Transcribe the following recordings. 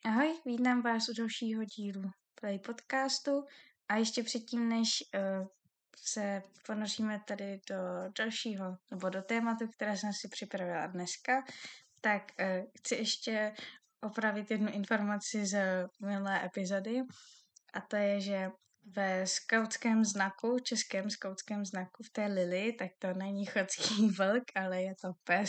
Ahoj, vítám vás u dalšího dílu Play podcastu a ještě předtím, než se ponoříme tady do dalšího, nebo do tématu, které jsem si připravila dneska, tak chci ještě opravit jednu informaci z minulé epizody a to je, že ve skautském znaku, českém skautském znaku v té lili, tak to není chotský vlk, ale je to pes.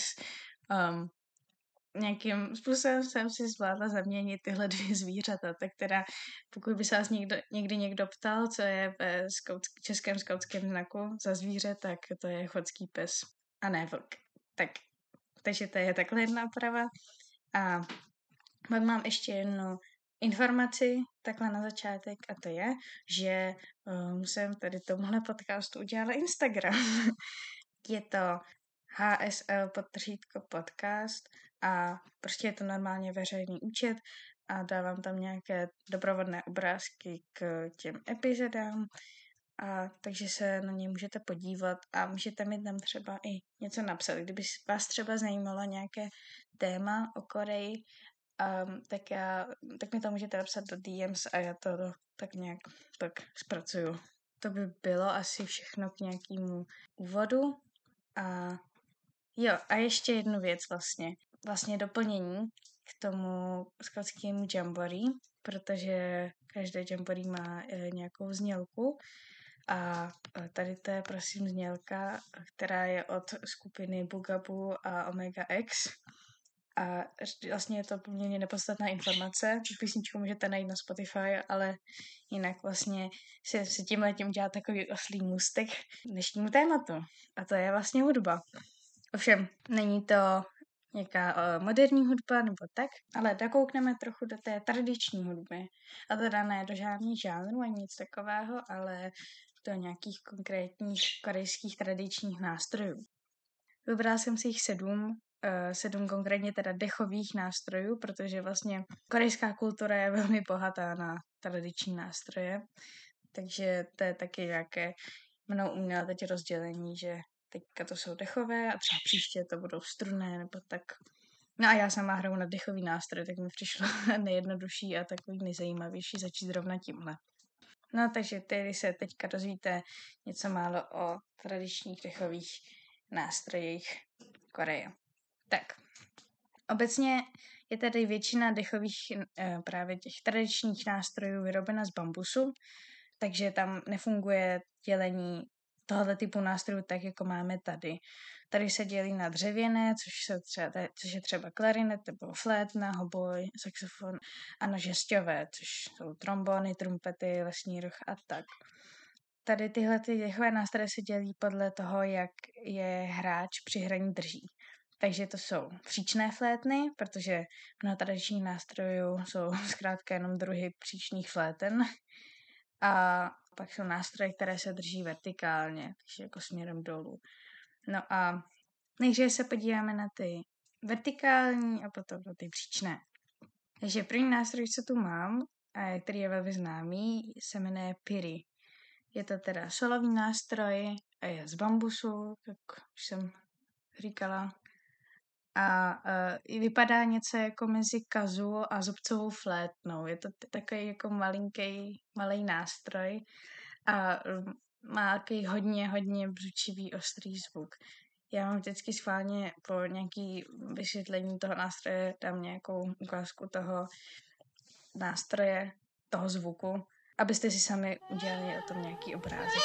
Nějakým způsobem jsem si zvládla zaměnit tyhle dvě zvířata, tak teda pokud by se vás někdy někdo ptal, co je ve českém skautském znaku za zvíře, tak to je chotský pes a ne vlk. Takže to je takhle jedna oprava. A pak mám ještě jednu informaci takhle na začátek a to je, že jsem tady tomuhle podcastu udělala Instagram. Je to HSL_podcast a prostě je to normálně veřejný účet a dávám tam nějaké doprovodné obrázky k těm epizodám, a takže se na ně můžete podívat a můžete mi tam třeba i něco napsat. Kdyby vás třeba zajímalo nějaké téma o Koreji, tak mi to můžete napsat do DMs a já to tak nějak tak zpracuju. To by bylo asi všechno k nějakému úvodu. A ještě jednu věc vlastně doplnění k tomu skotskému jamboree, protože každé jamboree má nějakou znělku a tady to je prosím znělka, která je od skupiny Bugabu a Omega X a vlastně je to poměrně nepodstatná informace, tu písničku můžete najít na Spotify, ale jinak vlastně si tímhletím udělat takový oslý můstek dnešnímu tématu a to je vlastně hudba. Ovšem, není to nějaká moderní hudba nebo tak, ale dokoukneme trochu do té tradiční hudby. A teda ne do žádných žánrů ani nic takového, ale do nějakých konkrétních korejských tradičních nástrojů. Vybrala jsem si jich 7 konkrétně teda dechových nástrojů, protože vlastně korejská kultura je velmi bohatá na tradiční nástroje, takže to je taky nějaké mnou uměla teď rozdělení, že teďka to jsou dechové a třeba příště to budou strunné nebo tak. No a já sama hraju na dechový nástroj, tak mi přišlo nejjednodušší a takový nejzajímavější začít zrovna tímhle. No takže tady se teďka dozvíte něco málo o tradičních dechových nástrojích Koreje. Tak, obecně je tady většina dechových právě těch tradičních nástrojů vyrobena z bambusu, takže tam nefunguje dělení tohoto typu nástrojů tak, jako máme tady. Tady se dělí na dřevěné, což je třeba klarinet nebo flétna, hoboj, saxofon a na žesťové, což jsou trombony, trumpety, lesní roh a tak. Tady tyhle dechové nástroje se dělí podle toho, jak je hráč při hraní drží. Takže to jsou příčné flétny, protože mnoho tradičních nástrojů jsou zkrátka jenom druhy příčných fléten. A pak jsou nástroje, které se drží vertikálně, takže jako směrem dolů. No a nejdříve se podíváme na ty vertikální a potom na ty příčné. Takže první nástroj, co tu mám, a který je velmi známý, se jmenuje piri. Je to teda solový nástroj a je z bambusu, jak už jsem říkala. A vypadá něco jako mezi kazu a zubcovou flétnou. Je to takový jako malý nástroj a má takový hodně břučivý, ostrý zvuk. Já mám vždycky schválně po nějaký vysvětlení toho nástroje dám nějakou ukázku toho nástroje, toho zvuku, abyste si sami udělali o tom nějaký obrázek.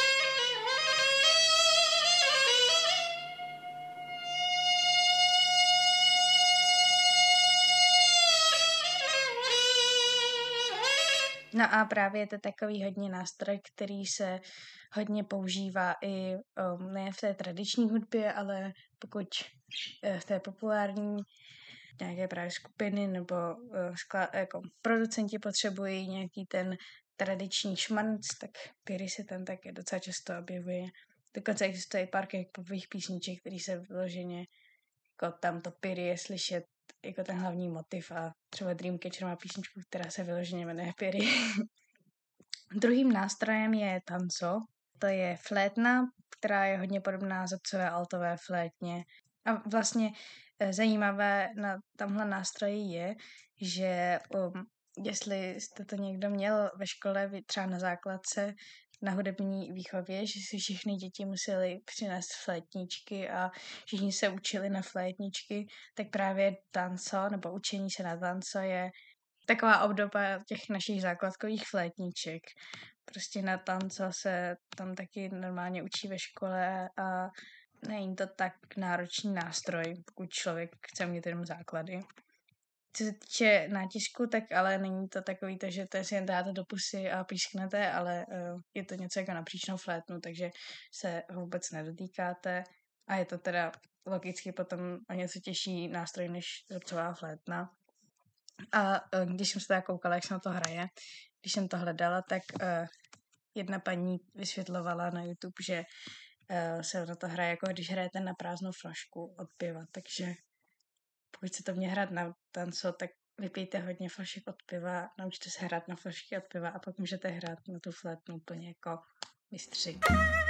No a právě je to takový hodně nástroj, který se hodně používá i ne v té tradiční hudbě, ale pokud v té populární nějaké právě skupiny nebo jako producenti potřebují nějaký ten tradiční šmanc, tak piri se tam také docela často objevuje. Dokonce existuje i pár popových písniček, který se vyloženě jako tam to piri je slyšet jako ten hlavní motiv a třeba Dreamcatcher má písničku, která se vyloženě jmenuje piri. Druhým nástrojem je tanco. To je flétna, která je hodně podobná zobcové altové flétně A vlastně zajímavé na tomhle nástroji je, že jestli jste to někdo měl ve škole, třeba na základce, na hudební výchově, že si všechny děti museli přinést flétničky a všichni se učili na flétničky, tak právě tanco nebo učení se na tanco je taková obdoba těch našich základkových flétniček. Prostě na tanco se tam taky normálně učí ve škole a není to tak náročný nástroj, pokud člověk chce mít jenom základy. Co se týče nátisku, tak ale není to takový to, že to si jen dáte do pusy a písknete, ale je to něco jako na příčnou flétnu, takže se ho vůbec nedotýkáte a je to teda logicky potom o něco těžší nástroj než zobcová flétna. A když jsem se teda koukala, jak se na to hraje, když jsem to hledala, tak jedna paní vysvětlovala na YouTube, že se na to hraje, jako když hrajete na prázdnou flašku od piva, takže pokud chcete mě hrát na tanco, tak vypijte hodně flašek od piva, naučte se hrát na flašky od piva a pak můžete hrát na tu flétnu úplně jako mistři.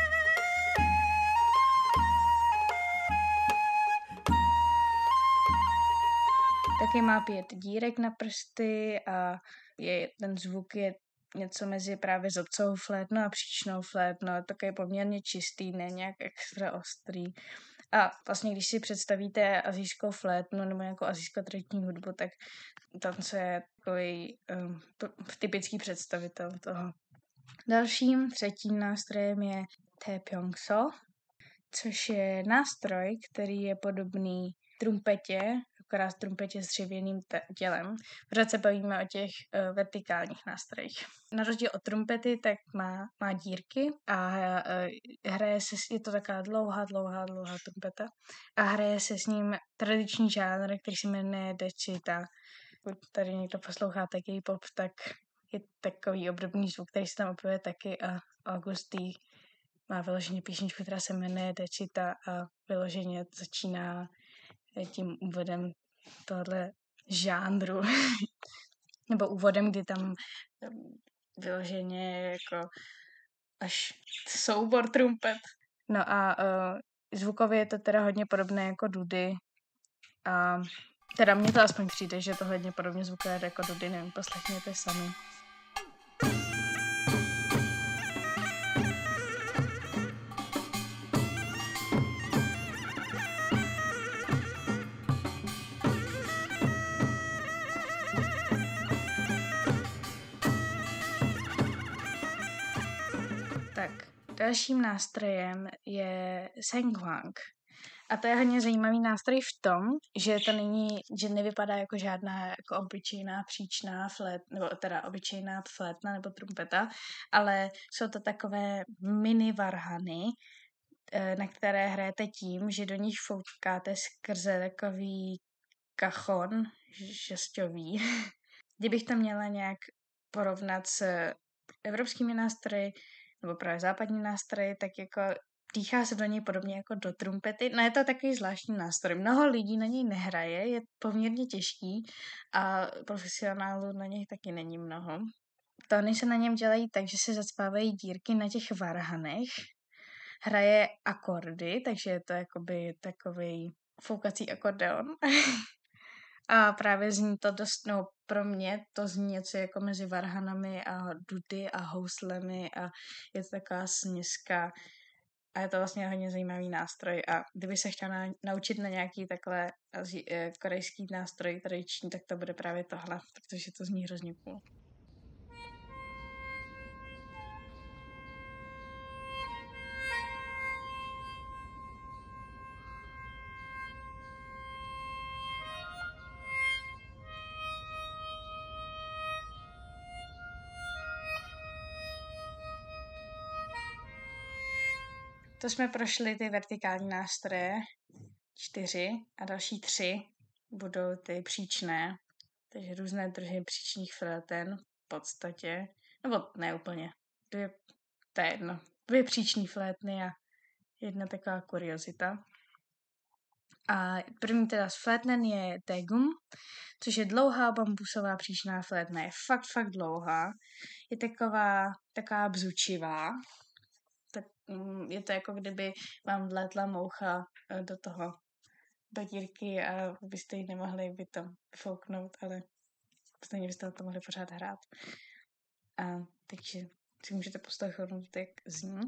Taky má 5 dírek na prsty a ten zvuk je něco mezi právě zobcovou flétnou a příčnou flétnou. Je takový poměrně čistý, ne nějak extra ostrý. A vlastně, když si představíte asijskou flétnu nebo nějakou asijskou tradiční hudbu, tak tanco je takový typický představitel toho. Dalším, třetím nástrojem je taepyeongso, což je nástroj, který je podobný trumpetě, akorát trumpetě s dřevěným tělem. Pořád se bavíme o těch vertikálních nástrojích. Na rozdíl od trumpety, tak má dírky a hraje se, je to taková dlouhá trumpeta a hraje se s ním tradiční žánr, který se jmenuje dechita. Pokud tady někdo poslouchá tak K-pop, tak je takový obdobný zvuk, který se tam opěvuje taky a Augustý má vyloženě písničku, která se jmenuje Dechita a vyloženě začíná tím úvodem tohle žánru. Nebo úvodem, kdy tam vyloženě jako až soubor trumpet. No a zvukově je to teda hodně podobné jako dudy. A teda mně to aspoň přijde, že to hodně podobně zvukové jako dudy, nevím, poslechněte sami. Tak, dalším nástrojem je senghwang. A to je hodně zajímavý nástroj v tom, že nevypadá jako žádná jako obyčejná příčná nebo teda obyčejná flétna nebo trumpeta, ale jsou to takové mini varhany, na které hrajete tím, že do nich foukáte skrze takový kachon žesťový. Kdybych to měla nějak porovnat s evropskými nástroji, nebo právě západní nástroje, tak jako dýchá se do něj podobně jako do trumpety. No je to takový zvláštní nástroj. Mnoho lidí na něj nehraje, je poměrně těžký a profesionálů na něj taky není mnoho. Tóny se na něm dělají tak, že se zacpávají dírky na těch varhanech, hraje akordy, takže je to jakoby takový foukací akordeon. A právě zní to dost, no pro mě to zní něco jako mezi varhanami a dudy a houslemi a je to taková směska a je to vlastně hodně zajímavý nástroj a kdyby se chtěla naučit na nějaký takhle korejský nástroj tradiční, tak to bude právě tohle, protože to zní hrozně cool. To jsme prošli ty vertikální nástroje, 4 a další 3 budou ty příčné, takže různé druhy příčných fléten v podstatě, nebo ne úplně, to je jedno, 2 příční flétny a jedna taková kuriozita. A první teda z flétnen je tegum, což je dlouhá bambusová příčná flétna, je fakt dlouhá, je taková bzučivá, tak je to jako kdyby vám vlétla moucha do toho do dírky a byste ji nemohli by to vyfouknout, ale stejně byste na to mohli pořád hrát. A takže si můžete poslechnout, jak zní.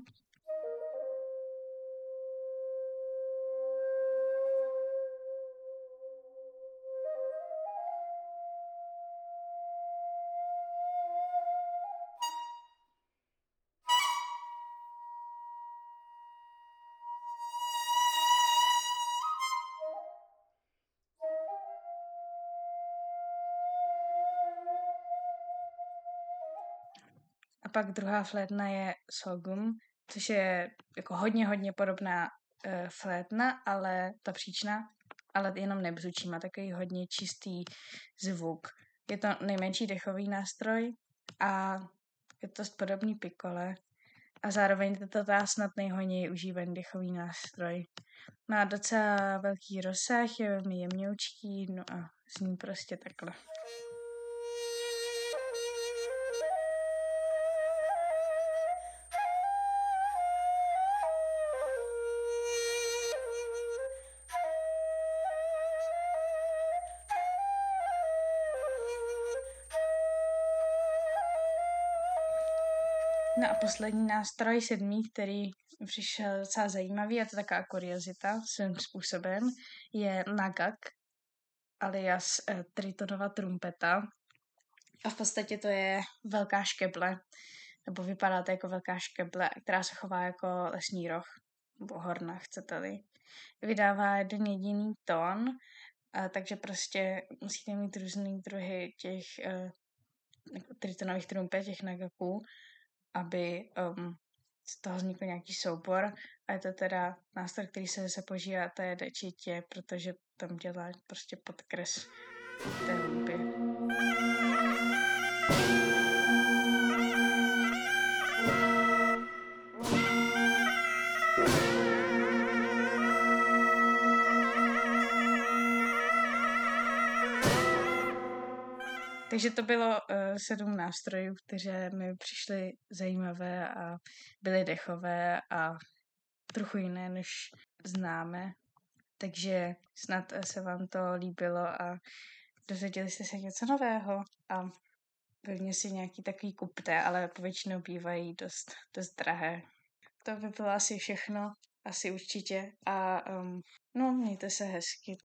A pak druhá flétna je sorghum, což je jako hodně podobná flétna, ale ta příčná, ale jenom nebzučí, má takový hodně čistý zvuk. Je to nejmenší dechový nástroj a je to podobný pikole a zároveň je to snad nejhojněji užívaný dechový nástroj. Má docela velký rozsah, je velmi jemňoučký, no a zní prostě takhle. No a poslední nástroj, 7., který přišel docela zajímavý, a to taková kuriozita svým způsobem, je nagak, alias tritonova trumpeta. A v podstatě to je velká škeble, nebo vypadá to jako velká škeble, která se chová jako lesní roh, nebo horna, chcete-li. Vydává jeden jediný tón, takže prostě musíte mít různý druhy těch jako tritonových trumpet, těch nagaků, aby z toho vznikl nějaký soubor. A je to teda nástroj, který se používá té dečitě, protože tam dělá prostě podkres té hudby. Takže to bylo 7 nástrojů, které mi přišly zajímavé a byly dechové a trochu jiné, než známe. Takže snad se vám to líbilo a dozvěděli jste se něco nového a pevně si nějaký takový kupte, ale povětšinou bývají dost drahé. To by bylo asi všechno, asi určitě a no, mějte se hezky.